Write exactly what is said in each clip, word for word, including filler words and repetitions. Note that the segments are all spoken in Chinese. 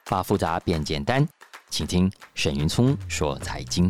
把复杂变简单，请听沈云聪说财经。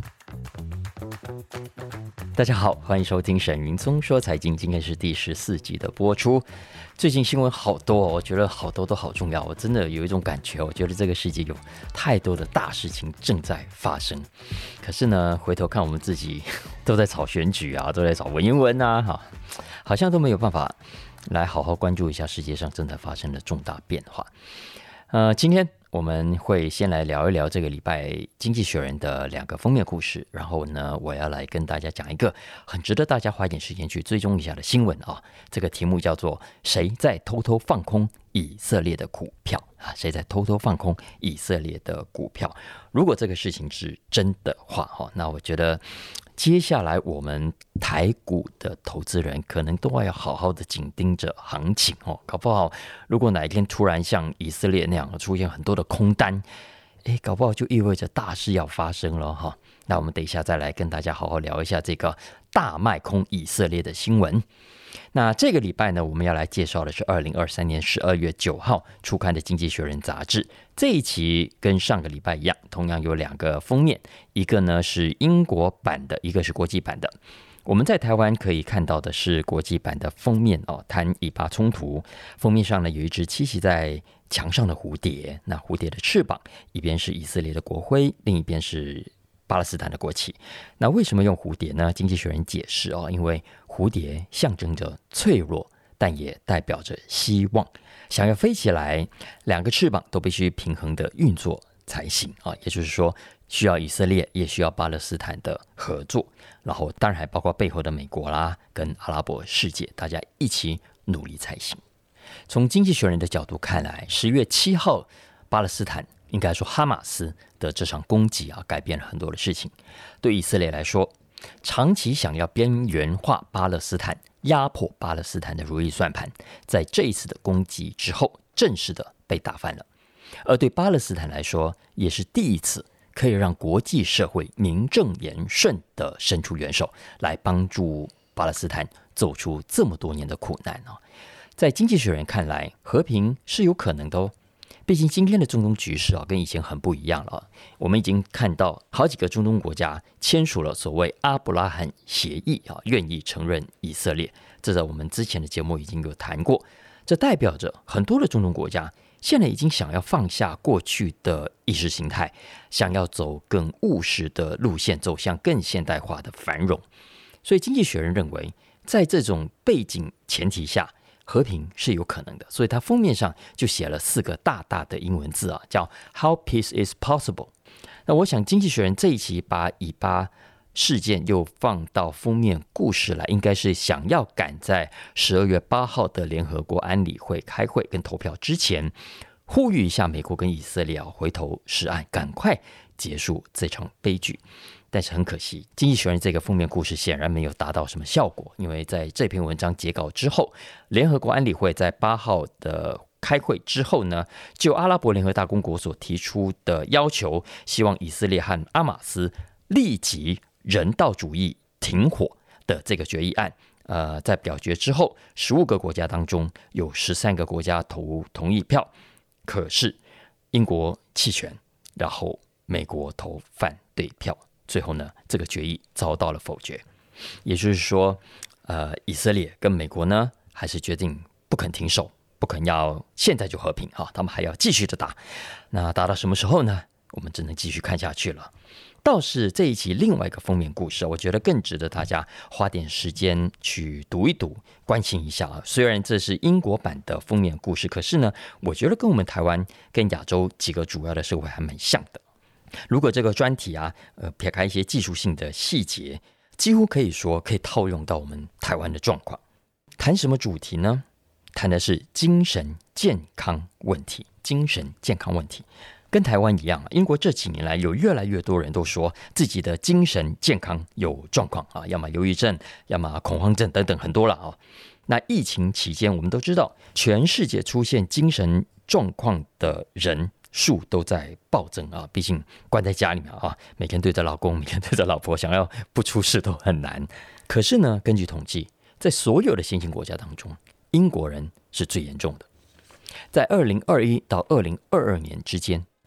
大家好，欢迎收听沈云聪说财经，今天是第十四集的播出。最近新闻好多哦，我觉得好多都好重要，我真的有一种感觉，我觉得这个世界有太多的大事情正在发生。可是呢，回头看我们自己都在炒选举啊，都在炒文言文啊，好像都没有办法来好好关注一下世界上正在发生的重大变化。呃，今天我们会先来聊一聊这个礼拜《经济学人》的两个封面故事，然后呢，我要来跟大家讲一个很值得大家花一点时间去追踪一下的新闻啊。这个题目叫做“谁在偷偷放空以色列的股票”啊？谁在偷偷放空以色列的股票？如果这个事情是真的话，那我觉得接下来我们台股的投资人可能都要好好的紧盯着行情哦，搞不好如果哪一天突然像以色列那样出现很多的空单，诶，搞不好就意味着大事要发生了哈。那我们等一下再来跟大家好好聊一下这个大卖空以色列的新闻。那这个礼拜呢，我们要来介绍的是二零二三年十二月九号出刊的《经济学人》杂志。这一期跟上个礼拜一样，同样有两个封面，一个呢是英国版的，一个是国际版的。我们在台湾可以看到的是国际版的封面哦，谈以巴冲突。封面上呢有一只栖息在墙上的蝴蝶，那蝴蝶的翅膀一边是以色列的国徽，另一边是巴勒斯坦的国旗。那为什么用蝴蝶呢？经济学人解释哦，因为蝴蝶象征着脆弱，但也代表着希望。想要飞起来，两个翅膀都必须平衡的运作才行啊。也就是说，需要以色列，也需要巴勒斯坦的合作，然后当然还包括背后的美国啦，跟阿拉伯世界，大家一起努力才行。从经济学人的角度看来，十月七号巴勒斯坦应该说哈马斯的这场攻击啊，改变了很多的事情。对以色列来说，长期想要边缘化巴勒斯坦、压迫巴勒斯坦的如意算盘，在这一次的攻击之后，正式的被打翻了。而对巴勒斯坦来说，也是第一次可以让国际社会名正言顺的伸出援手，来帮助巴勒斯坦走出这么多年的苦难啊。在经济学人看来，和平是有可能的哦。毕竟今天的中东局势啊，跟以前很不一样了。我们已经看到好几个中东国家签署了所谓阿布拉罕协议啊，愿意承认以色列。这在我们之前的节目已经有谈过。这代表着很多的中东国家现在已经想要放下过去的意识形态，想要走更务实的路线，走向更现代化的繁荣。所以经济学人认为，在这种背景前提下，和平是有可能的，所以它封面上就写了四个大大的英文字啊，叫 How Peace is Possible。 那我想经济学人这一期把以巴事件又放到封面故事来，应该是想要赶在十二月八号的联合国安理会开会跟投票之前，呼吁一下美国跟以色列回头是岸，赶快结束这场悲剧。但是很可惜，经济学人这个封面故事显然没有达到什么效果，因为在这篇文章截稿之后，联合国安理会在八号的开会之后呢，就阿拉伯联合大公国所提出的要求，希望以色列和哈马斯立即人道主义停火的这个决议案，呃，在表决之后，十五个国家当中有十三个国家投同意票，可是英国弃权，然后美国投反对票。最后呢，这个决议遭到了否决。也就是说，呃，以色列跟美国呢，还是决定不肯停手，不肯要现在就和平哈，他们还要继续的打。那打到什么时候呢？我们只能继续看下去了。倒是这一期另外一个封面故事，我觉得更值得大家花点时间去读一读，关心一下。虽然这是英国版的封面故事，可是呢，我觉得跟我们台湾跟亚洲几个主要的社会还蛮像的。如果这个专题啊，呃，撇开一些技术性的细节，几乎可以说可以套用到我们台湾的状况。谈什么主题呢？谈的是精神健康问题。精神健康问题跟台湾一样，英国这几年来有越来越多人都说自己的精神健康有状况啊，要么忧郁症，要么恐慌症等等，很多了啊。那疫情期间，我们都知道，全世界出现精神状况的人数都在暴增啊！毕竟关在家里面啊，每天对着老公，每天对着老婆，想要不出事都很难。可是呢，根据统计，在所有的先进国家当中，英国人是最严重的。在二零二一到二零二二年之间，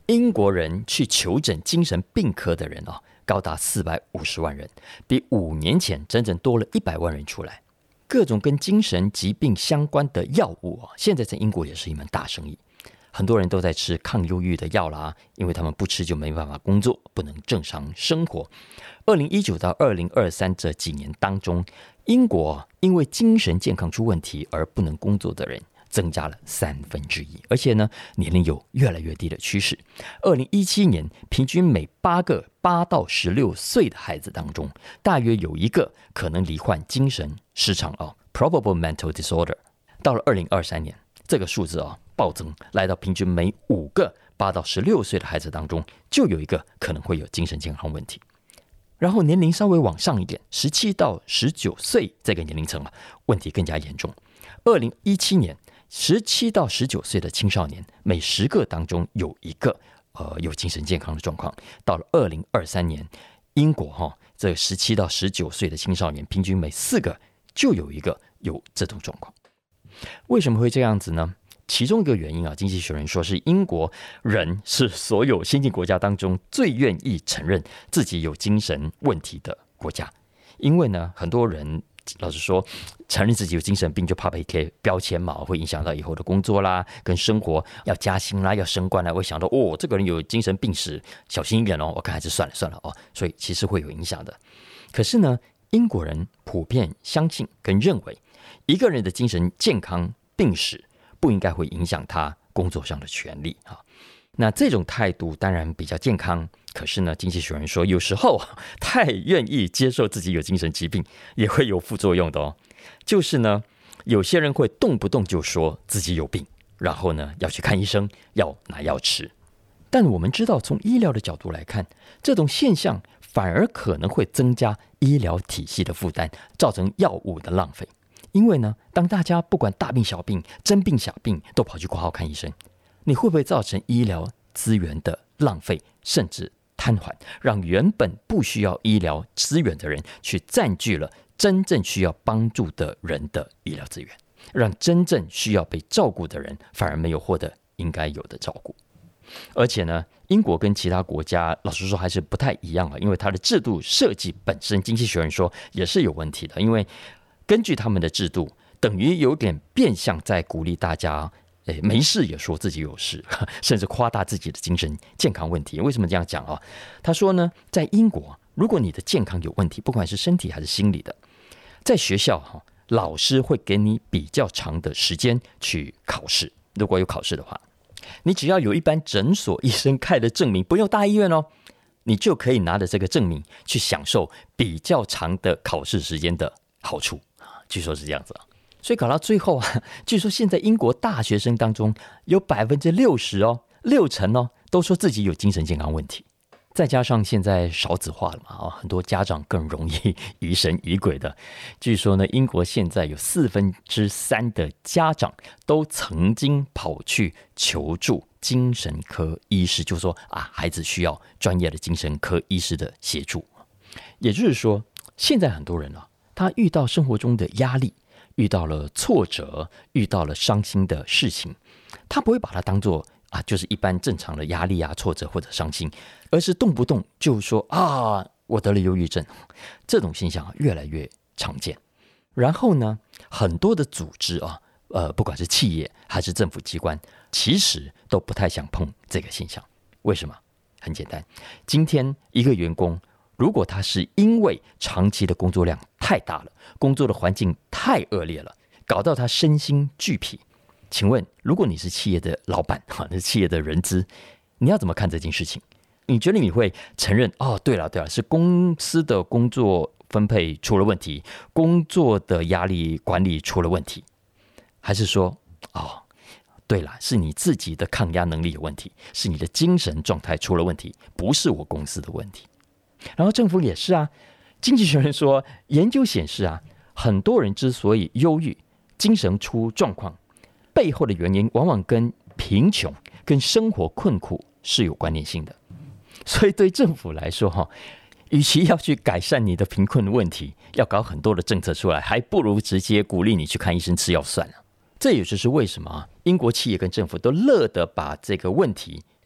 英国人去求诊精神病科的人啊，高达四百五十万人，比五年前整整多了一百万人出来。各种跟精神疾病相关的药物啊，现在在英国也是一门大生意。很多人都在吃抗忧郁的药啦，因为他们不吃就没办法工作，不能正常生活。二零一九到二零二三这几年当中，英国因为精神健康出问题而不能工作的人增加了三分之一，而且呢，年龄有越来越低的趋势。二零一七年，平均每八个八到十六岁的孩子当中，大约有一个可能罹患精神失常哦 （probable mental disorder）。到了二零二三年，这个数字哦暴增，来到平均每五个八到十六岁的孩子当中，就有一个可能会有精神健康问题。然后年龄稍微往上一点，十七到十九岁这个年龄层啊，问题更加严重。二零一七年。十七到十九岁的青少年，每十个当中有一个呃有精神健康的状况。到了二零二三年，英国哈、哦、这十七到十九岁的青少年，平均每四个就有一个有这种状况。为什么会这样子呢？其中一个原因啊，经济学人说是英国人是所有先进国家当中最愿意承认自己有精神问题的国家，因为呢，很多人。老实说，承认自己有精神病就怕被贴标签嘛，会影响到以后的工作啦、跟生活，要加薪啦、要升官啦，会想到哦，这个人有精神病史，小心一点哦。我看还是算了算了哦，所以其实会有影响的。可是呢，英国人普遍相信跟认为，一个人的精神健康病史不应该会影响他工作上的权利啊。那这种态度当然比较健康，可是呢，经济学人说，有时候太愿意接受自己有精神疾病，也会有副作用的哦。就是呢，有些人会动不动就说自己有病，然后呢要去看医生，要拿药吃。但我们知道，从医疗的角度来看，这种现象反而可能会增加医疗体系的负担，造成药物的浪费。因为呢，当大家不管大病小病、真病小病都跑去挂号看医生，你会不会造成医疗资源的浪费，甚至瘫痪，让原本不需要医疗资源的人去占据了真正需要帮助的人的医疗资源，让真正需要被照顾的人反而没有获得应该有的照顾。而且呢，英国跟其他国家老实说还是不太一样啊，因为它的制度设计本身，经济学人说也是有问题的，因为根据他们的制度，等于有点变相在鼓励大家没事也说自己有事，甚至夸大自己的精神健康问题。为什么这样讲啊？他说呢，在英国，如果你的健康有问题，不管是身体还是心理的，在学校哈，老师会给你比较长的时间去考试。如果有考试的话，你只要有一般诊所医生开的证明，不用大医院哦，你就可以拿着这个证明去享受比较长的考试时间的好处。据说是这样子啊。所以搞到最后啊，据说现在英国大学生当中有百分之六十哦，六成哦，都说自己有精神健康问题。再加上现在少子化了嘛，很多家长更容易疑神疑鬼的。据说呢，英国现在有四分之三的家长都曾经跑去求助精神科医师，就说啊，孩子需要专业的精神科医师的协助。也就是说，现在很多人啊，他遇到生活中的压力，遇到了挫折，遇到了伤心的事情，他不会把它当作啊，就是一般正常的压力啊、挫折或者伤心，而是动不动就说啊，我得了忧郁症。这种现象越来越常见。然后呢，很多的组织啊，呃，不管是企业还是政府机关，其实都不太想碰这个现象。为什么？很简单，今天一个员工，如果他是因为长期的工作量太大了，工作的环境太恶劣了，搞到他身心俱疲，请问，如果你是企业的老板，你是企业的人资，你要怎么看这件事情？你觉得你会承认哦？对了，对了，是公司的工作分配出了问题，工作的压力管理出了问题，还是说哦，对了，是你自己的抗压能力有问题，是你的精神状态出了问题，不是我公司的问题？然后政府也是啊，经济学人说，研究显示啊，很多人之所以忧郁、精神出状况，背后的原因往往跟贫穷、跟生活困苦是有关联性的。所以对政府来说，哈，与其要去改善你的贫困的问题，要搞很多的政策出来，还不如直接鼓励你去看医生吃药算了。这也就是为什么英国企业跟政府都乐得把这个问题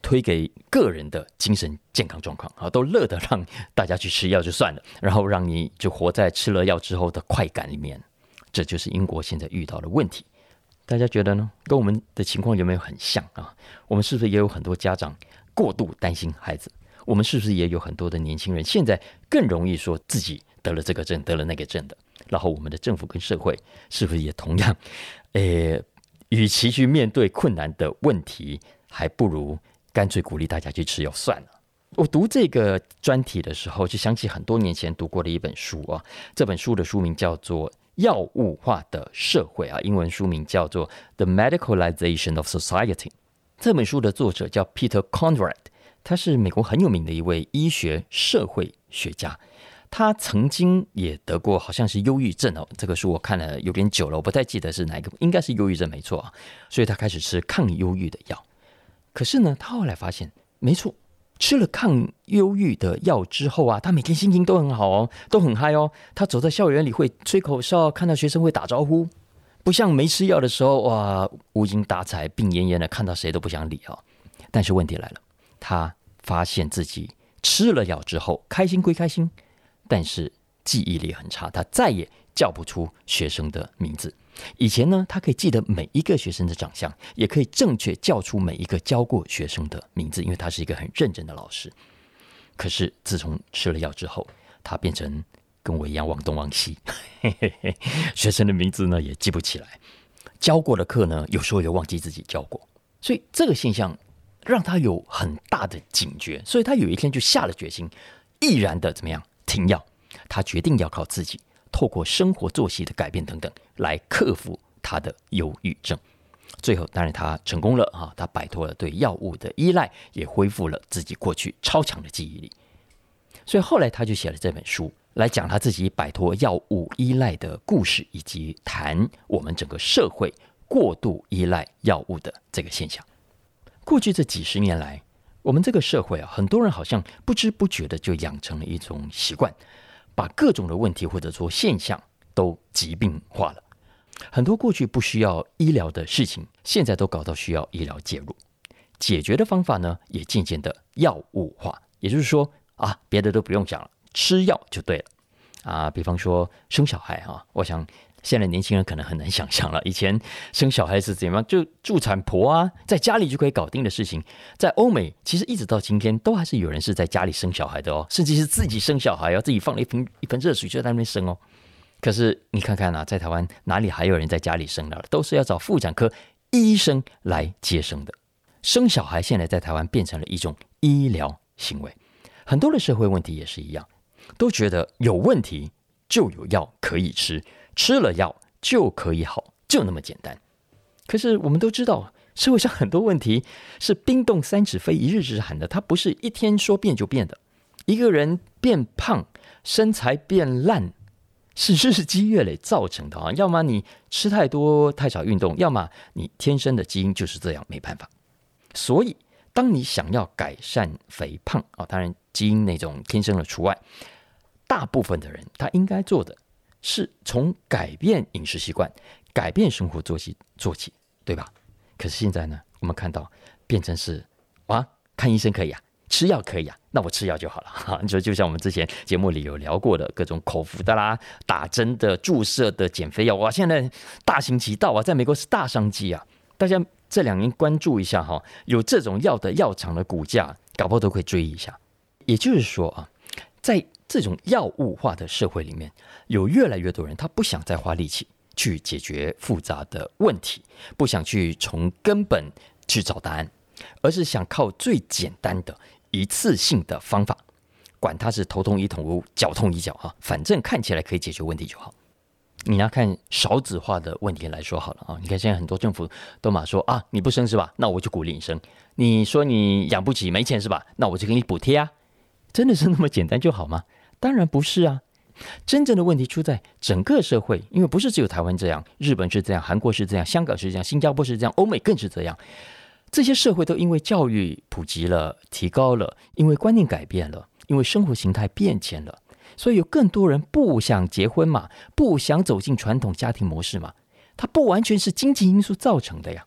推给个人的精神健康状况啊，都乐得让大家去吃药就算了，然后让你就活在吃了药之后的快感里面。这就是英国现在遇到的问题。大家觉得呢？跟我们的情况有没有很像啊？我们是不是也有很多家长过度担心孩子？我们是不是也有很多的年轻人现在更容易说自己得了这个症，得了那个症的？然后我们的政府跟社会是不是也同样，呃，与其去面对困难的问题，还不如干脆鼓励大家去吃药算了。我读这个专题的时候，就想起很多年前读过的一本书啊。这本书的书名叫做《药物化的社会》啊，英文书名叫做《The Medicalization of Society》。这本书的作者叫 Peter Conrad， 他是美国很有名的一位医学社会学家。他曾经也得过好像是忧郁症哦，这个书我看了有点久了，我不太记得是哪一个，应该是忧郁症没错啊。所以他开始吃抗忧郁的药。可是呢，他后来发现，没错，吃了抗忧郁的药之后啊，他每天心情都很好哦，都很嗨哦。他走在校园里会吹口哨，看到学生会打招呼，不像没吃药的时候，哇，无精打采、病恹恹的，看到谁都不想理哦。但是问题来了，他发现自己吃了药之后，开心归开心，但是记忆力很差，他再也叫不出学生的名字。以前呢，他可以记得每一个学生的长相，也可以正确叫出每一个教过学生的名字，因为他是一个很认真的老师。可是自从吃了药之后，他变成跟我一样忘东忘西，嘿嘿嘿，学生的名字呢也记不起来，教过的课呢有时候也忘记自己教过，所以这个现象让他有很大的警觉，所以他有一天就下了决心，毅然的怎么样停药。他决定要靠自己，透过生活作息的改变等等，来克服他的忧郁症。最后，当然他成功了啊！他摆脱了对药物的依赖，也恢复了自己过去超强的记忆力。所以后来他就写了这本书，来讲他自己摆脱药物依赖的故事，以及谈我们整个社会过度依赖药物的这个现象。过去这几十年来，我们这个社会啊，很多人好像不知不觉的就养成了一种习惯，把各种的问题或者说现象都疾病化了。很多过去不需要医疗的事情，现在都搞到需要医疗介入。解决的方法呢，也渐渐的药物化，也就是说啊，别的都不用讲了，吃药就对了啊。比方说生小孩啊，我想现在年轻人可能很难想象了，以前生小孩是怎样，就助产婆啊，在家里就可以搞定的事情。在欧美，其实一直到今天，都还是有人是在家里生小孩的哦，甚至是自己生小孩哦，自己放了一瓶一盆热水就在那边生哦。可是你看看啊，在台湾哪里还有人在家里生的？都是要找妇产科医生来接生的。生小孩现在在台湾变成了一种医疗行为，很多的社会问题也是一样，都觉得有问题就有药可以吃，吃了药就可以好，就那么简单。可是我们都知道，社会上很多问题是冰冻三尺非一日之寒的，它不是一天说变就变的。一个人变胖，身材变烂，是日积月累造成的啊！要么你吃太多太少运动，要么你天生的基因就是这样，没办法。所以，当你想要改善肥胖啊，当然基因那种天生的除外，大部分的人他应该做的是从改变饮食习惯、改变生活作息做起，对吧？可是现在呢，我们看到变成是啊，看医生可以啊，吃药可以啊，那我吃药就好了哈。就就像我们之前节目里有聊过的各种口服的啦、打针的、注射的减肥药，哇，现在大行其道啊，在美国是大商机啊。大家这两年关注一下哈，有这种药的药厂的股价，搞不好都可以追一下。也就是说啊，在这种药物化的社会里面，有越来越多人他不想再花力气去解决复杂的问题，不想去从根本去找答案，而是想靠最简单的一次性的方法，管它是头痛医头，脚痛医脚啊，反正看起来可以解决问题就好。你要看少子化的问题来说好了啊，你看现在很多政府都嘛说啊，你不生是吧？那我就鼓励你生。你说你养不起没钱是吧？那我就给你补贴啊。真的是那么简单就好吗？当然不是啊。真正的问题出在整个社会，因为不是只有台湾这样，日本是这样，韩国是这样，香港是这样，新加坡是这样，欧美更是这样。这些社会都因为教育普及了、提高了，因为观念改变了，因为生活形态变迁了，所以有更多人不想结婚嘛，不想走进传统家庭模式嘛。它不完全是经济因素造成的呀。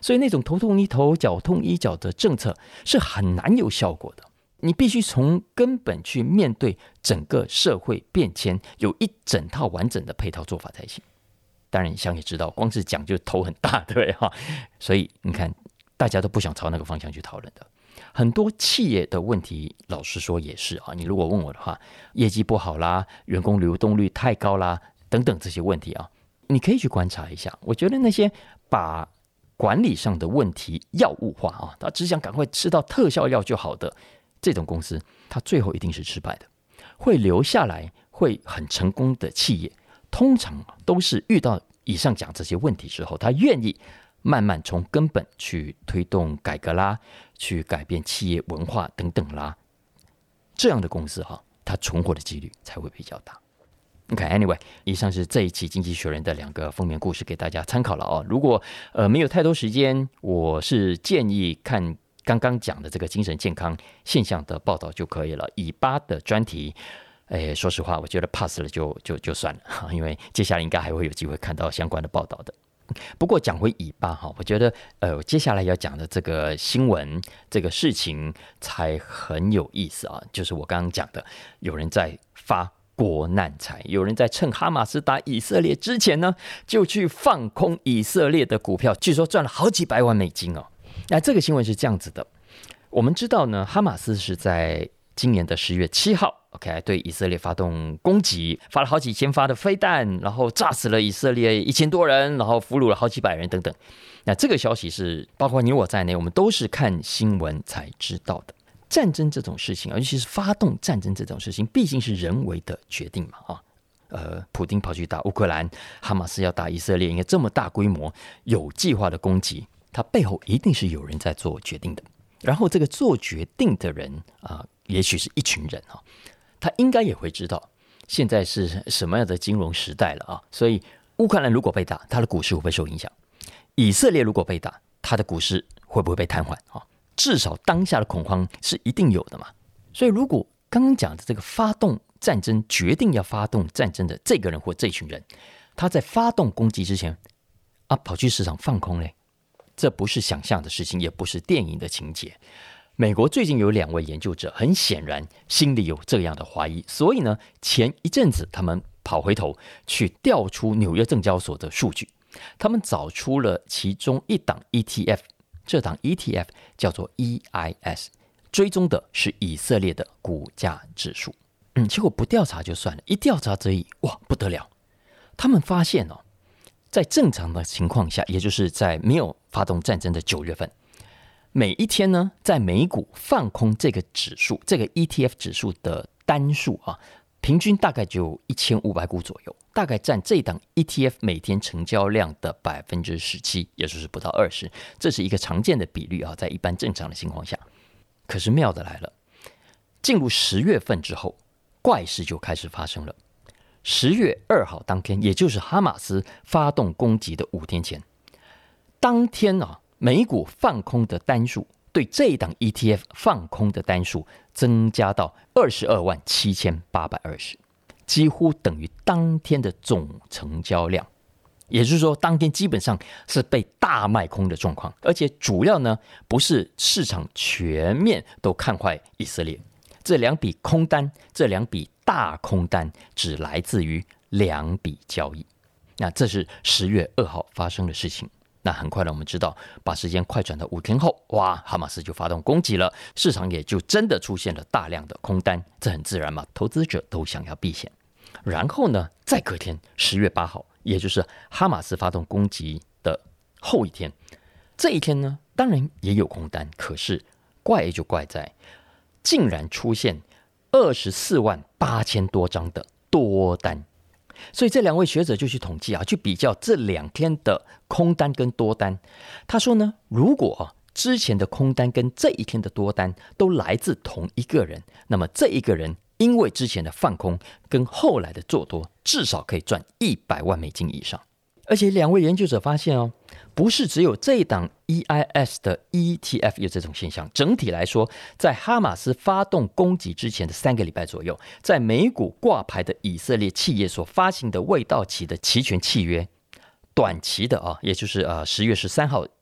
所以那种头痛医头脚痛医脚的政策是很难有效果的。你必须从根本去面对整个社会变迁，有一整套完整的配套做法才行。当然想也知道，光是讲就头很大，对不对？所以你看大家都不想朝那个方向去讨论的。很多企业的问题老实说也是啊，你如果问我的话，业绩不好啦，员工流动率太高啦等等这些问题啊，你可以去观察一下。我觉得那些把管理上的问题药物化啊，他只想赶快吃到特效药就好的这种公司，它最后一定是失败的。会留下来会很成功的企业，通常都是遇到以上讲这些问题之后，他愿意慢慢从根本去推动改革啦，去改变企业文化等等啦，这样的公司哈，它存活的几率才会比较大。OK，Anyway， 以上是这一期《经济学人》的两个封面故事给大家参考了哦。如果呃没有太多时间，我是建议看刚刚讲的这个精神健康现象的报道就可以了。以巴的专题，诶，说实话，我觉得 pass 了就就就算了，因为接下来应该还会有机会看到相关的报道的。不过讲回以巴哈，我觉得呃接下来要讲的这个新闻这个事情才很有意思啊，就是我刚刚讲的，有人在发国难财，有人在趁哈马斯打以色列之前呢，就去放空以色列的股票，据说赚了好几百万美金哦。那这个新闻是这样子的，我们知道呢，哈马斯是在今年的十月七号 ，OK， 对以色列发动攻击，发了好几千发的飞弹，然后炸死了以色列一千多人，然后俘虏了好几百人等等。那这个消息是包括你我在内，我们都是看新闻才知道的。战争这种事情，尤其是发动战争这种事情，毕竟是人为的决定嘛啊。呃，普丁跑去打乌克兰，哈马斯要打以色列，应该这么大规模、有计划的攻击，它背后一定是有人在做决定的。然后这个做决定的人啊、呃，也许是一群人啊，他应该也会知道现在是什么样的金融时代了啊。所以乌克兰如果被打，它的股市会不会受影响？以色列如果被打，它的股市会不会被瘫痪啊？至少当下的恐慌是一定有的嘛。所以如果刚刚讲的这个发动战争、决定要发动战争的这个人或这群人，他在发动攻击之前啊，跑去市场放空嘞，这不是想象的事情，也不是电影的情节。美国最近有两位研究者，很显然心里有这样的怀疑，所以呢，前一阵子他们跑回头去调出纽约证交所的数据，他们找出了其中一档 E T F， 这档 E T F 叫做 E I S， 追踪的是以色列的股价指数。嗯，结果不调查就算了，一调查则已，哇，不得了！他们发现哦，在正常的情况下，也就是在没有发动战争的九月份，每一天呢，在美股放空这个指数，这个 E T F 指数的单数啊，平均大概就一千五百股左右，大概占这档 E T F 每天成交量的百分之十七，也就是不到二十，这是一个常见的比率啊，在一般正常的情况下。可是妙的来了，进入十月份之后，怪事就开始发生了。十月二号当天，也就是哈马斯发动攻击的五天前，当天啊，美股放空的单数对这一档 E T F 放空的单数增加到二十二万七千八百二十，几乎等于当天的总成交量。也就是说，当天基本上是被大卖空的状况，而且主要呢不是市场全面都看坏以色列，这两笔空单，这两笔大空单只来自于两笔交易。那这是十月二号发生的事情。那很快的，我们知道，把时间快转到五天后，哇，哈马斯就发动攻击了，市场也就真的出现了大量的空单，这很自然嘛，投资者都想要避险。然后呢，再隔天，十月八号，也就是哈马斯发动攻击的后一天，这一天呢，当然也有空单，可是怪就怪在，竟然出现二十四万八千多张的多单。所以这两位学者就去统计啊，去比较这两天的空单跟多单。他说呢，如果、啊、之前的空单跟这一天的多单都来自同一个人，那么这一个人因为之前的放空跟后来的做多，至少可以赚一百万美金以上。而且两位研究者发现哦，不是只有这一档 E I S 的 E T F 有这种现象，整体来说，在哈马斯发动攻击之前的三个礼拜左右，在美股挂牌的以色列企业所发行的未到期的期权契约，短期的啊，也就是呃十月十三号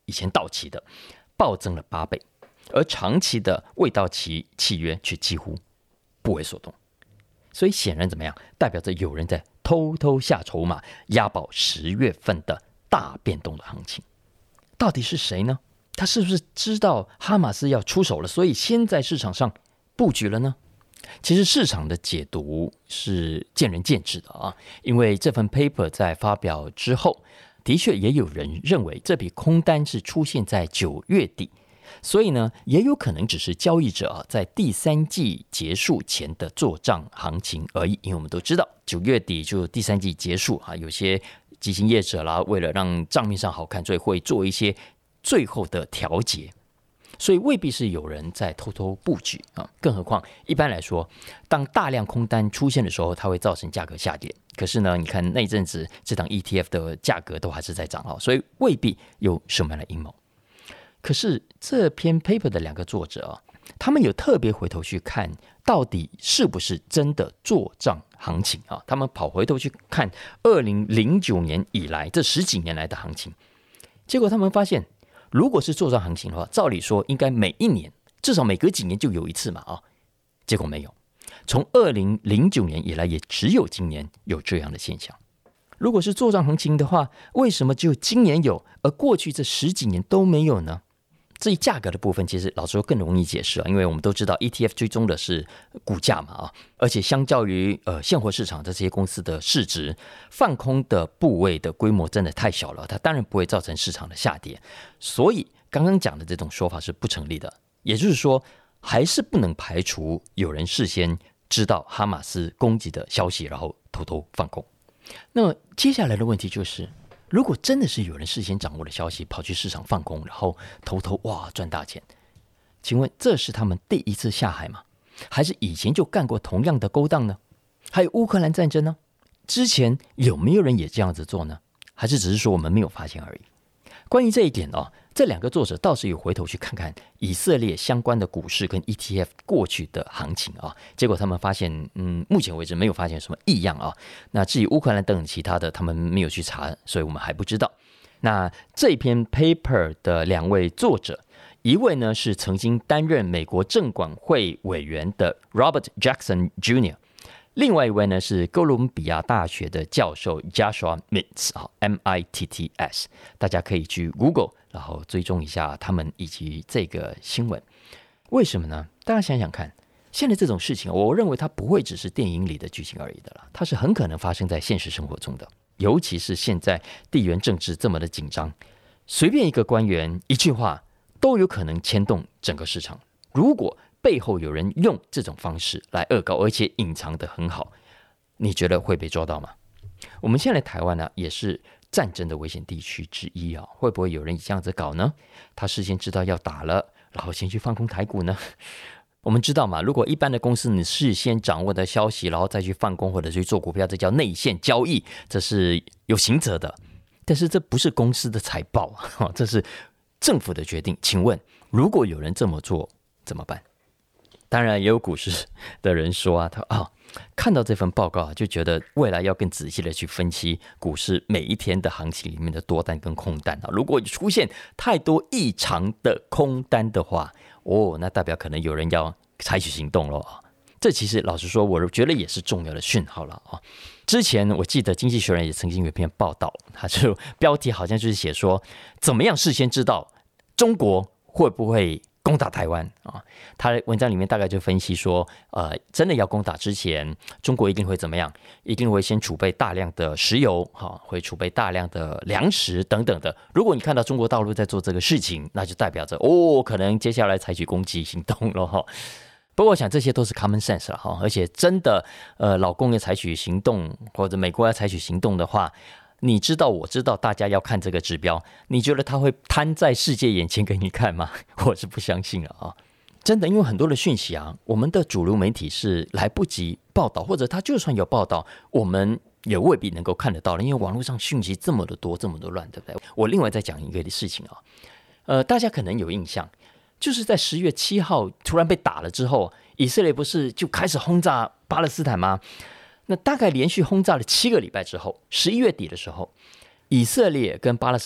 以前到期的暴增了八倍，而长期的未到期契约却几乎不为所动。所以显然怎么样，代表着有人在偷偷下筹码，押宝十月份的大变动的行情。到底是谁呢？他是不是知道哈马斯要出手了，所以先在市场上布局了呢？其实市场的解读是见仁见智的啊，因为这份 paper 在发表之后，的确也有人认为这笔空单是出现在九月底，所以呢，也有可能只是交易者啊在第三季结束前的做账行情而已。因为我们都知道，九月底就第三季结束啊，有些基金业者啦，为了让账面上好看，所以会做一些最后的调节，所以未必是有人在偷偷布局啊。更何况，一般来说，当大量空单出现的时候，它会造成价格下跌。可是呢，你看那阵子这档 E T F 的价格都还是在涨啊，所以未必有什么样的阴谋。可是这篇 paper 的两个作者啊，他们有特别回头去看，到底是不是真的做账行情啊？他们跑回头去看二零零九年以来这十几年来的行情，结果他们发现，如果是做账行情的话，照理说应该每一年至少每隔几年就有一次嘛啊，结果没有。从二零零九年以来，也只有今年有这样的现象。如果是做账行情的话，为什么只有今年有，而过去这十几年都没有呢？至于价格的部分，其实老实说更容易解释啊，因为我们都知道 E T F 追踪的是股价嘛啊，而且相较于呃现货市场的这些公司的市值，放空的部位的规模真的太小了，它当然不会造成市场的下跌，所以刚刚讲的这种说法是不成立的。也就是说，还是不能排除有人事先知道哈马斯攻击的消息，然后偷偷放空。那么接下来的问题就是，如果真的是有人事先掌握了消息，跑去市场放空，然后偷偷哇赚大钱，请问这是他们第一次下海吗？还是以前就干过同样的勾当呢？还有乌克兰战争呢？之前有没有人也这样子做呢？还是只是说我们没有发现而已？关于这一点哦，这两个作者倒是有回头去看看以色列相关的股市跟 E T F 过去的行情啊，结果他们发现，嗯，目前为止没有发现什么异样啊。那至于乌克兰等其他的，他们没有去查，所以我们还不知道。那这篇 paper 的两位作者，一位呢是曾经担任美国证管会委员的 Robert Jackson Junior，另外一位呢是哥伦比亚大学的教授 Joshua Mitts M I T T S， 大家可以去 Google 然后追踪一下他们以及这个新闻。为什么呢？大家想想看，现在这种事情，我认为它不会只是电影里的剧情而已的啦，它是很可能发生在现实生活中的。尤其是现在地缘政治这么的紧张，随便一个官员一句话都有可能牵动整个市场。如果背后有人用这种方式来恶搞，而且隐藏得很好，你觉得会被抓到吗？我们现在台湾呢、啊，也是战争的危险地区之一啊，会不会有人这样子搞呢？他事先知道要打了，然后先去放空台股呢？我们知道嘛，如果一般的公司你事先掌握的消息，然后再去放空或者去做股票，这叫内线交易，这是有刑责的。但是这不是公司的财报，这是政府的决定。请问，如果有人这么做怎么办？当然也有股市的人说啊，他啊看到这份报告啊，就觉得未来要更仔细的去分析股市每一天的行情里面的多单跟空单啊。如果出现太多异常的空单的话，哦，那代表可能有人要采取行动了。这其实老实说，我觉得也是重要的讯号了啊。之前我记得《经济学人》也曾经有一篇报道，它就标题好像就是写说，怎么样事先知道中国会不会攻打台湾啊？他的文章里面大概就分析说，呃，真的要攻打之前，中国一定会怎么样？一定会先储备大量的石油，哈，会储备大量的粮食等等的。如果你看到中国大陆在做这个事情，那就代表着哦，可能接下来采取攻击行动了哈。不过我想这些都是 common sense 了哈，而且真的，呃，老共要采取行动，或者美国要采取行动的话，你知道，我知道，大家要看这个指标，你觉得他会摊在世界眼前给你看吗？我是不相信了啊！真的，因为很多的讯息啊，我们的主流媒体是来不及报道，或者他就算有报道，我们也未必能够看得到了，因为网络上讯息这么的多，这么的乱，对不对？我另外再讲一个事情啊，呃，大家可能有印象，就是在十月七号突然被打了之后，以色列不是就开始轰炸巴勒斯坦吗？那大概连续轰炸了七个礼拜之后，十一月底的时候，以色列跟巴勒斯坦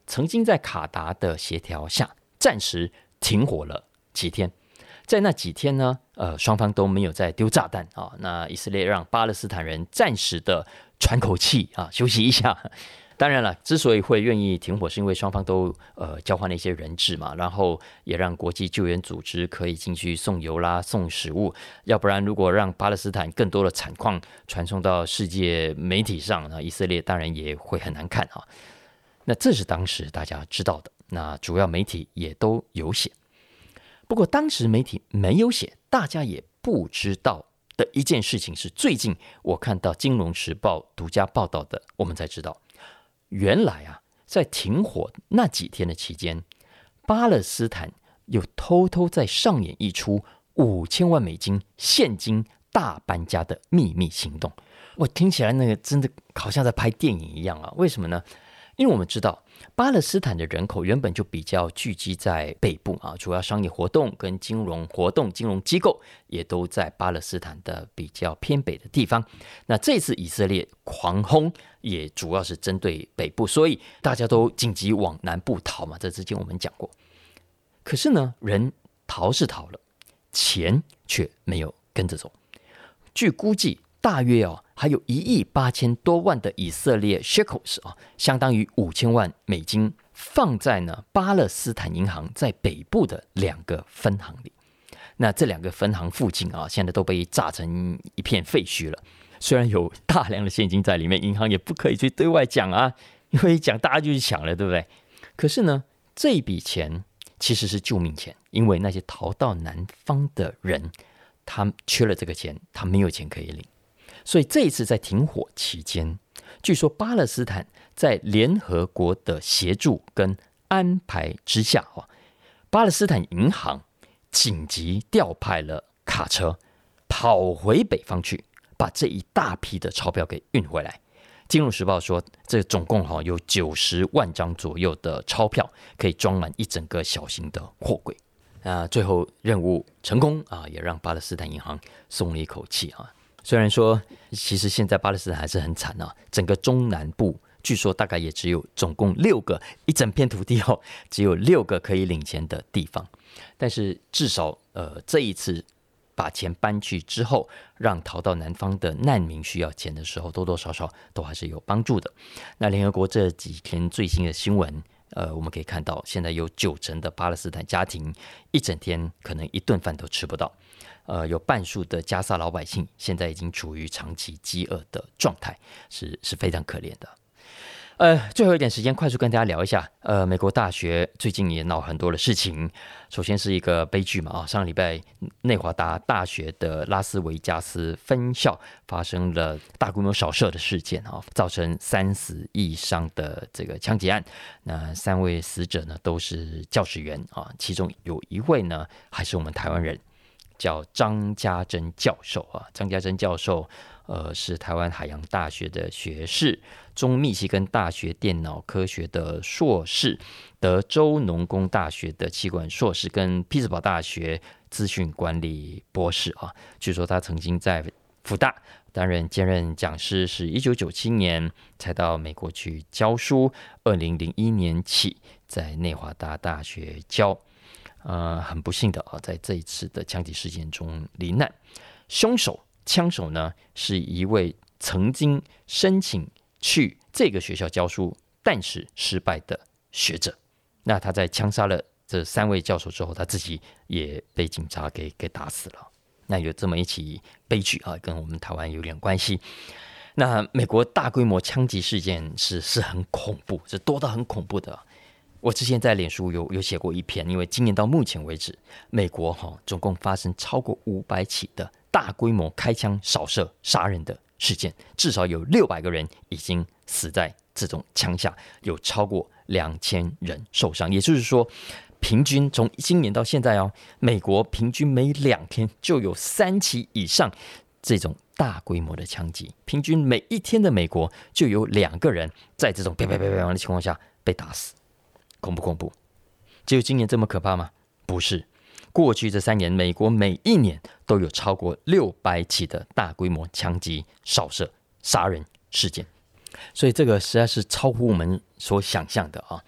曾经在卡达的协调下暂时停火了几天。在那几天呢，呃，双方都没有再丢炸弹啊。那以色列让巴勒斯坦人暂时的喘口气啊，休息一下。当然了，之所以会愿意停火，是因为双方都呃交换了一些人质嘛，然后也让国际救援组织可以进去送油啦、送食物。要不然，如果让巴勒斯坦更多的惨况传送到世界媒体上，那以色列当然也会很难看啊。那这是当时大家知道的，那主要媒体也都有写。不过当时媒体没有写，大家也不知道的一件事情是，最近我看到《金融时报》独家报道的，我们才知道，原来啊，在停火那几天的期间，巴勒斯坦又偷偷在上演一出五千万美金现金大搬家的秘密行动。我听起来那个真的好像在拍电影一样啊！为什么呢？因为我们知道巴勒斯坦的人口原本就比较聚集在北部啊，主要商业活动跟金融活动、金融机构也都在巴勒斯坦的比较偏北的地方。那这次以色列狂轰也主要是针对北部，所以大家都紧急往南部逃嘛，这之前我们讲过。可是呢，人逃是逃了，钱却没有跟着走。据估计，大约哦，还有一亿八千多万的以色列 shekels 啊，相当于五千万美金，放在呢巴勒斯坦银行在北部的两个分行里。那这两个分行附近啊，现在都被炸成一片废墟了。虽然有大量的现金在里面，银行也不可以去对外讲啊，因为一讲大家就去抢了，对不对？可是呢，这笔钱其实是救命钱，因为那些逃到南方的人，他缺了这个钱，他没有钱可以领。所以这一次在停火期间，据说巴勒斯坦在联合国的协助跟安排之下，巴勒斯坦银行紧急调派了卡车，跑回北方去，把这一大批的钞票给运回来。金融时报说，这总共有九十万张左右的钞票，可以装满一整个小型的货柜。啊，最后任务成功啊，也让巴勒斯坦银行松了一口气啊。虽然说，其实现在巴勒斯坦还是很惨啊，整个中南部据说大概也只有总共六个，一整片土地哦，只有六个可以领钱的地方。但是至少呃这一次把钱搬去之后，让逃到南方的难民需要钱的时候，多多少少都还是有帮助的。那联合国这几天最新的新闻，呃，我们可以看到，现在有九成的巴勒斯坦家庭一整天可能一顿饭都吃不到。呃，有半数的加沙老百姓现在已经处于长期饥饿的状态，是是非常可怜的。呃，最后一点时间，快速跟大家聊一下。呃，美国大学最近也闹很多的事情。首先是一个悲剧嘛，啊，上个礼拜内华达大学的拉斯维加斯分校发生了大规模扫射的事件啊，造成三死一伤的这个枪击案。那三位死者呢都是教职员啊，其中有一位呢还是我们台湾人。叫张家珍教授啊，张家珍教授，呃，是台湾海洋大学的学士，中密西根大学电脑科学的硕士，德州农工大学的企管硕士，跟匹兹堡大学资讯管理博士啊。据说他曾经在辅大担任兼任讲师，是一九九七年才到美国去教书，二零零一年起在内华达大学教。呃，很不幸的啊，在这一次的枪击事件中罹难。凶手枪手呢，是一位曾经申请去这个学校教书，但是失败的学者。那他在枪杀了这三位教授之后，他自己也被警察给给打死了。那有这么一起悲剧啊，跟我们台湾有点关系。那美国大规模枪击事件是是很恐怖，是多到很恐怖的。我之前在脸书有有写过一篇，因为今年到目前为止，美国哈总共发生超过五百起的大规模开枪扫射杀人的事件，至少有六百个人已经死在这种枪下，有超过两千人受伤。也就是说，平均从今年到现在哦，美国平均每两天就有三起以上这种大规模的枪击，平均每一天的美国就有两个人在这种啪啪啪啪的情况下被打死。恐不恐怖？只有今年这么可怕吗？不是，过去这三年，美国每一年都有超过六百起的大规模枪击、扫射、杀人事件，所以这个实在是超乎我们所想象的啊！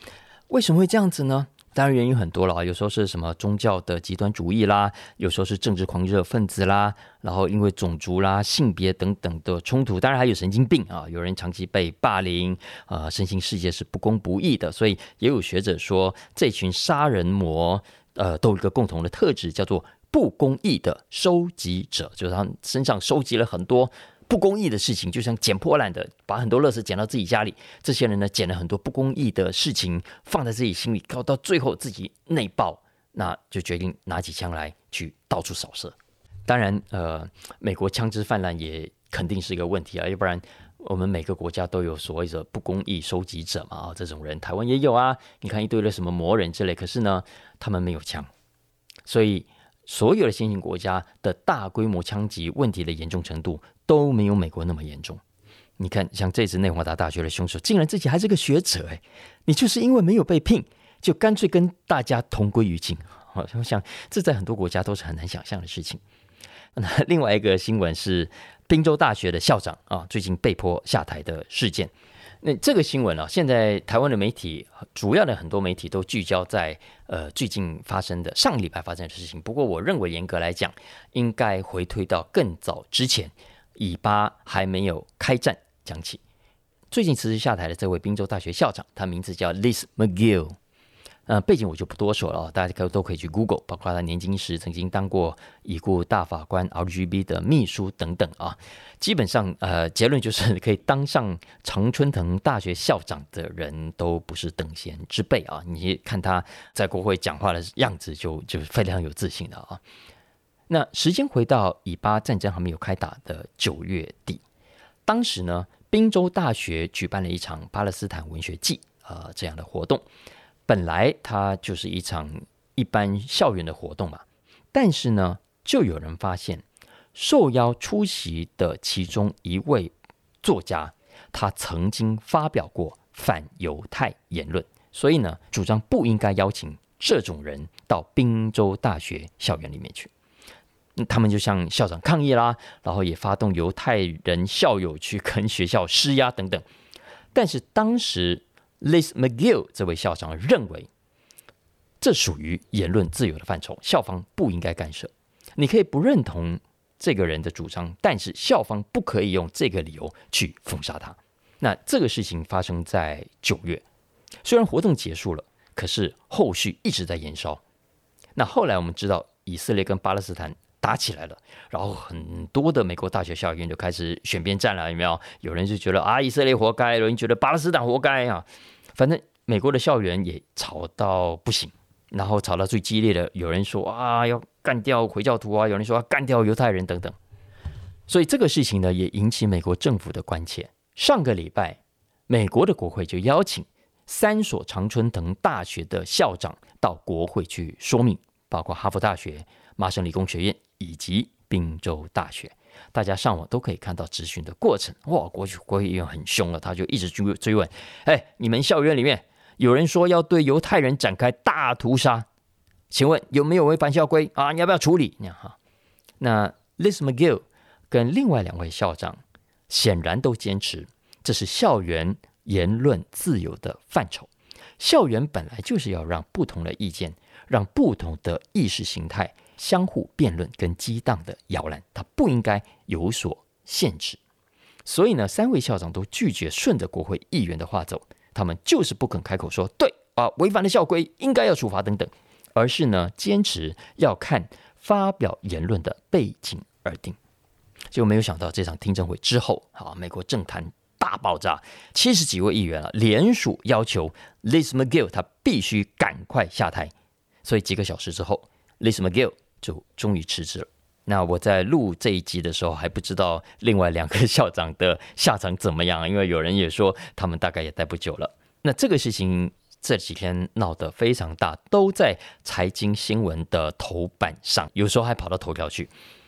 为什么会这样子呢？当然原因很多了，有时候是什么宗教的极端主义啦，有时候是政治狂热分子啦，然后因为种族啦、性别等等的冲突，当然还有神经病啊，有人长期被霸凌，呃，身心世界是不公不义的，所以也有学者说，这群杀人魔呃都有一个共同的特质，叫做不公义的收集者，就是他们身上收集了很多不公义的事情，就像捡破烂的，把很多垃圾捡到自己家里。这些人呢，捡了很多不公义的事情，放在自己心里，搞到最后自己内爆，那就决定拿起枪来去到处扫射。当然，呃，美国枪支泛滥也肯定是一个问题啊，要不然我们每个国家都有所谓的不公义收集者嘛，啊，这种人台湾也有啊。你看一堆的什么魔人之类，可是呢，他们没有枪，所以所有的先进国家的大规模枪击问题的严重程度都没有美国那么严重。你看，像这次内华达大学的凶手，竟然自己还是个学者，哎，你就是因为没有被聘，就干脆跟大家同归于尽。我想这在很多国家都是很难想象的事情。那另外一个新闻是宾州大学的校长啊，最近被迫下台的事件。那这个新闻啊，现在台湾的媒体，主要的很多媒体都聚焦在呃最近发生的上个礼拜发生的事情。不过，我认为严格来讲，应该回推到更早之前，以巴还没有开战讲起。最近辞职下台的这位宾州大学校长，他名字叫 Liz McGill。呃，背景我就不多说了，大家都可以去 Google， 包括他年轻时曾经当过已故大法官 R G B 的秘书等等啊。基本上，呃，结论就是可以当上常春藤大学校长的人都不是等闲之辈啊。你看他在国会讲话的样子就，就非常有自信的啊。那时间回到以巴战争还没有开打的九月底，当时呢，宾州大学举办了一场巴勒斯坦文学季，呃，这样的活动。本来它就是一场一般校园的活动嘛，但是呢，就有人发现受邀出席的其中一位作家，他曾经发表过反犹太言论，所以呢，主张不应该邀请这种人到宾州大学校园里面去。他们就向校长抗议啦，然后也发动犹太人校友去跟学校施压等等。但是当时Liz McGill 这位校长认为，这属于言论自由的范畴，校方不应该干涉。你可以不认同这个人的主张，但是校方不可以用这个理由去封杀他。那这个事情发生在九月，虽然活动结束了，可是后续一直在延烧。那后来我们知道，以色列跟巴勒斯坦打起来了，然后很多的美国大学校园就开始选边站了，有没有？有人就觉得啊，以色列活该，有人觉得巴勒斯坦活该啊。反正美国的校园也吵到不行，然后吵到最激烈的，有人说啊要干掉回教徒啊，有人说要干掉犹太人等等。所以这个事情呢，也引起美国政府的关切。上个礼拜，美国的国会就邀请三所常春藤大学的校长到国会去说明，包括哈佛大学、麻省理工学院以及宾州大学。大家上网都可以看到质询的过程。哇，国国会议员很凶了，他就一直追问：哎，你们校园里面有人说要对犹太人展开大屠杀，请问有没有违反校规啊？你要不要处理？那 Liz McGill 跟另外两位校长显然都坚持，这是校园言论自由的范畴。校园本来就是要让不同的意见，让不同的意识形态相互辩论跟激荡的摇篮，它不应该有所限制。所以呢，三位校长都拒绝顺着国会议员的话走，他们就是不肯开口说对啊，违反了校规应该要处罚等等，而是呢坚持要看发表言论的背景而定。结果没有想到这场听证会之后，啊，美国政坛大爆炸，七十几位议员啊联署要求 Liz McGill 他必须赶快下台。所以几个小时之后 Liz McGill 就终于辞职了。那我在录这一集的时候还不知道另外两个校长的下场怎么样，因为有人也说他们大概也待不久了。那这个事情这几天闹得非常大，都在财经新闻的头版上，有时候还跑到头条去。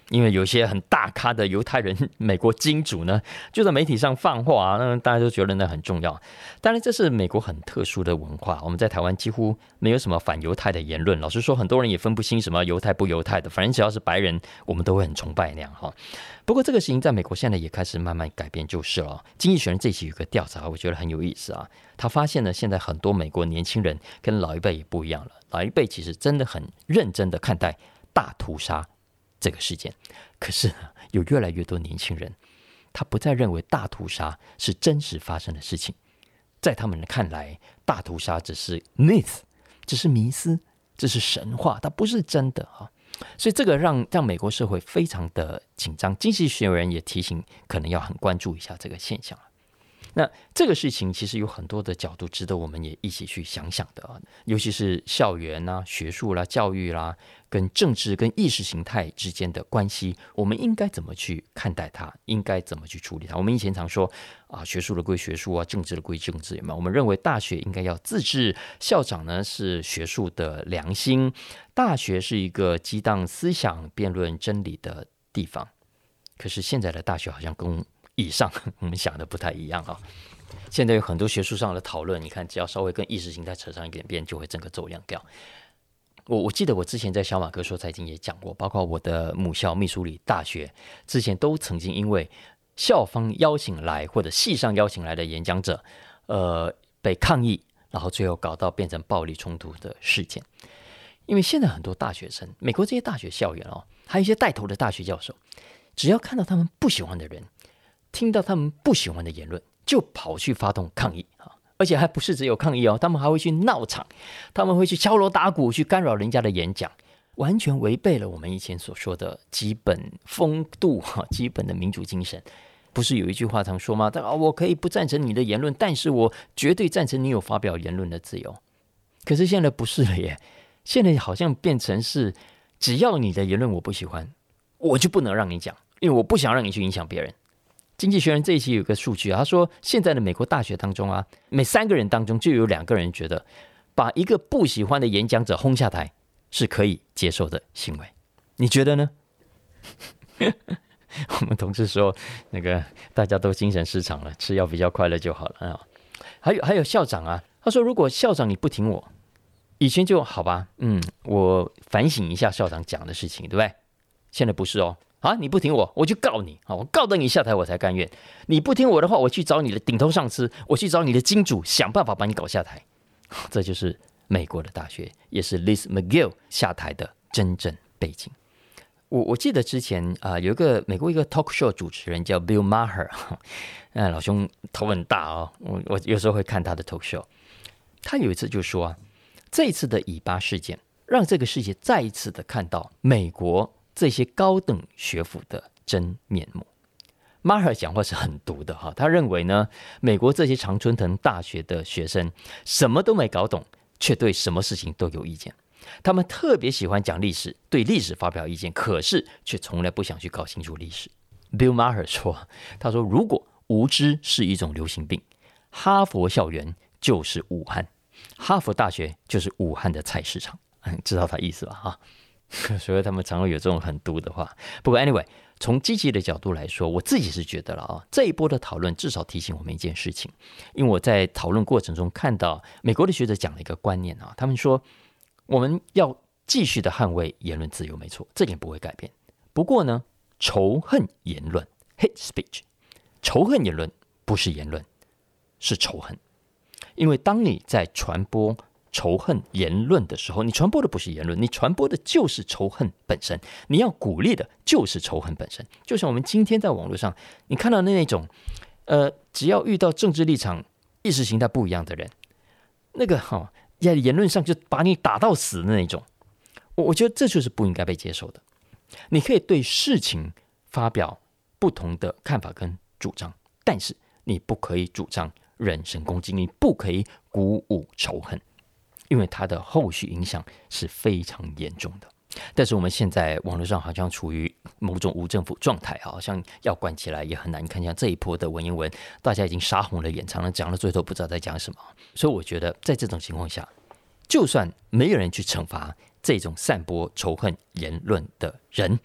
因为有些很大咖的犹太人美国金主呢，就在媒体上放话，那大家都觉得那很重要。当然这是美国很特殊的文化，我们在台湾几乎没有什么反犹太的言论，老实说很多人也分不清什么犹太不犹太的，反正只要是白人我们都会很崇拜那样哈。不过这个事情在美国现在也开始慢慢改变就是了。经济学人这期有个调查我觉得很有意思啊，他发现呢现在很多美国年轻人跟老一辈也不一样了，老一辈其实真的很认真的看待大屠杀这个事件，可是呢有越来越多年轻人他不再认为大屠杀是真实发生的事情，在他们看来大屠杀只是 myth， 只是迷思，这是神话，它不是真的啊。所以这个让让美国社会非常的紧张，经济学人也提醒可能要很关注一下这个现象。那这个事情其实有很多的角度值得我们也一起去想想的啊，尤其是校园啦、学术啦、教育啦，跟政治跟意识形态之间的关系，我们应该怎么去看待它，应该怎么去处理它。我们以前常说啊，学术的归学术啊，政治的归政治，有没有？我们认为大学应该要自治，校长呢是学术的良心，大学是一个激荡思想、辩论真理的地方。可是现在的大学好像跟以上我们想的不太一样啊。现在有很多学术上的讨论，你看只要稍微跟意识形态扯上一点边，就会整个走样掉。我我记得我之前在小马哥说财经也讲过，包括我的母校密苏里大学之前都曾经因为校方邀请来或者系上邀请来的演讲者，呃，被抗议，然后最后搞到变成暴力冲突的事件。因为现在很多大学生，美国这些大学校园哦，还有一些带头的大学教授，只要看到他们不喜欢的人，听到他们不喜欢的言论，就跑去发动抗议，而且还不是只有抗议哦，他们还会去闹场，他们会去敲锣打鼓去干扰人家的演讲，完全违背了我们以前所说的基本风度、基本的民主精神。不是有一句话常说吗？我可以不赞成你的言论，但是我绝对赞成你有发表言论的自由。可是现在不是了耶，现在好像变成是只要你的言论我不喜欢，我就不能让你讲，因为我不想让你去影响别人。经济学人这一期有个数据啊，他说现在的美国大学当中啊，每三个人当中就有两个人觉得把一个不喜欢的演讲者轰下台是可以接受的行为。你觉得呢？我们同事说那个大家都精神失常了，吃药比较快乐就好了啊。还有还有校长啊，他说如果校长你不听我，以前就好吧，嗯，我反省一下校长讲的事情，对不对？现在不是哦。啊！你不听我，我就告你啊！我告到你下台，我才甘愿。你不听我的话，我去找你的顶头上司，我去找你的金主，想办法把你搞下台。这就是美国的大学，也是 Liz McGill 下台的真正背景。我我记得之前啊、呃，有一个美国一个 talk show 主持人叫 Bill Maher， 啊，老兄头很大哦，我我有时候会看他的 talk show。他有一次就说啊，这一次的以巴事件，让这个世界再一次的看到美国这些高等学府的真面目。马尔讲话是很毒的哈，他认为呢，美国这些常春藤大学的学生什么都没搞懂，却对什么事情都有意见。他们特别喜欢讲历史，对历史发表意见，可是却从来不想去搞清楚历史。Bill Maher 说，他说如果无知是一种流行病，哈佛校园就是武汉，哈佛大学就是武汉的菜市场。知道他意思吧？哈。所以他们常会有这种很毒的话。不过 anyway， 从积极的角度来说，我自己是觉得了啊，这一波的讨论至少提醒我们一件事情。因为我在讨论过程中看到美国的学者讲了一个观念啊，他们说我们要继续的捍卫言论自由，没错，这点不会改变。不过呢，仇恨言论 hate speech， 仇恨言论不是言论，是仇恨。因为当你在传播仇恨言论的时候，你传播的不是言论，你传播的就是仇恨本身，你要鼓励的就是仇恨本身。就像我们今天在网络上你看到的那种呃，只要遇到政治立场意识形态不一样的人，那个哈、哦，在言论上就把你打到死的那种，我我觉得这就是不应该被接受的。你可以对事情发表不同的看法跟主张，但是你不可以主张人身攻击，你不可以鼓舞仇恨，因为它的后续影响是非常严重的。但是我们现在网络上好像处于某种无政府状态，好像要关起来也很难。看像这一波的文言文，大家已经杀红了眼，常常讲到最后不知道在讲什么。所以我觉得在这种情况下，就算没有人去惩罚这种散播仇恨言论的人，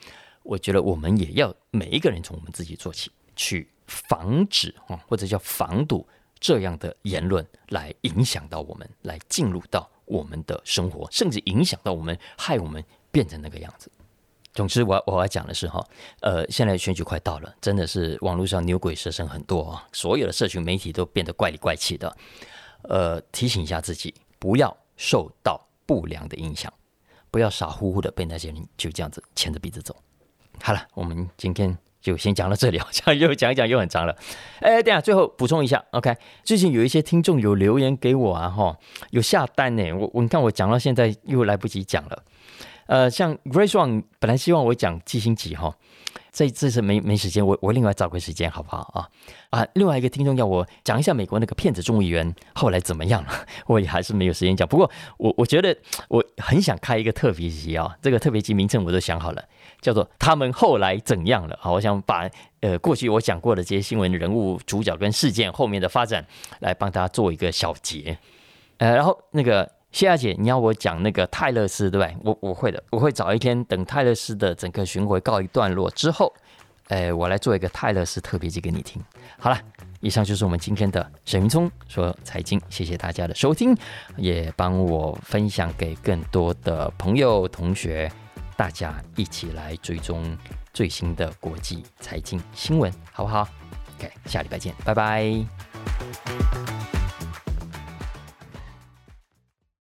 我觉得我们也要每一个人从我们自己做起，去防止或者叫防堵这样的言论来影响到我们，来进入到我们的生活，甚至影响到我们，害我们变成那个样子。总之我，我要讲的是哈，呃，现在选举快到了，真的是网络上牛鬼蛇神很多啊，所有的社群媒体都变得怪里怪气的。呃，提醒一下自己，不要受到不良的影响，不要傻乎乎的被那些人就这样子牵着鼻子走。好了，我们今天就先讲到这里，好像又讲一讲又很长了。哎，等一下最后补充一下 ，OK， 最近有一些听众有留言给我啊，哈，有下单呢。我我你看我讲到现在又来不及讲了。呃，像 Grace Wang 本来希望我讲季辛吉哈，这这次没没时间，我我另外找个时间好不好啊？啊，另外一个听众要我讲一下美国那个骗子众议员后来怎么样了，我也还是没有时间讲。不过我我觉得我很想开一个特别集啊，这个特别集名称我都想好了，叫做他们后来怎样了。好，我想把呃过去我讲过的这些新闻人物、主角跟事件后面的发展，来帮大家做一个小结。呃，然后那个。谢亚姐，你要我讲那个泰勒斯，对不对？我我会的，我会找一天等泰勒斯的整个巡回告一段落之后，呃，我来做一个泰勒斯特别集给你听。好了，以上就是我们今天的沈云聪说财经，谢谢大家的收听，也帮我分享给更多的朋友同学，大家一起来追踪最新的国际财经新闻，好不好 ？OK， 下礼拜见，拜拜。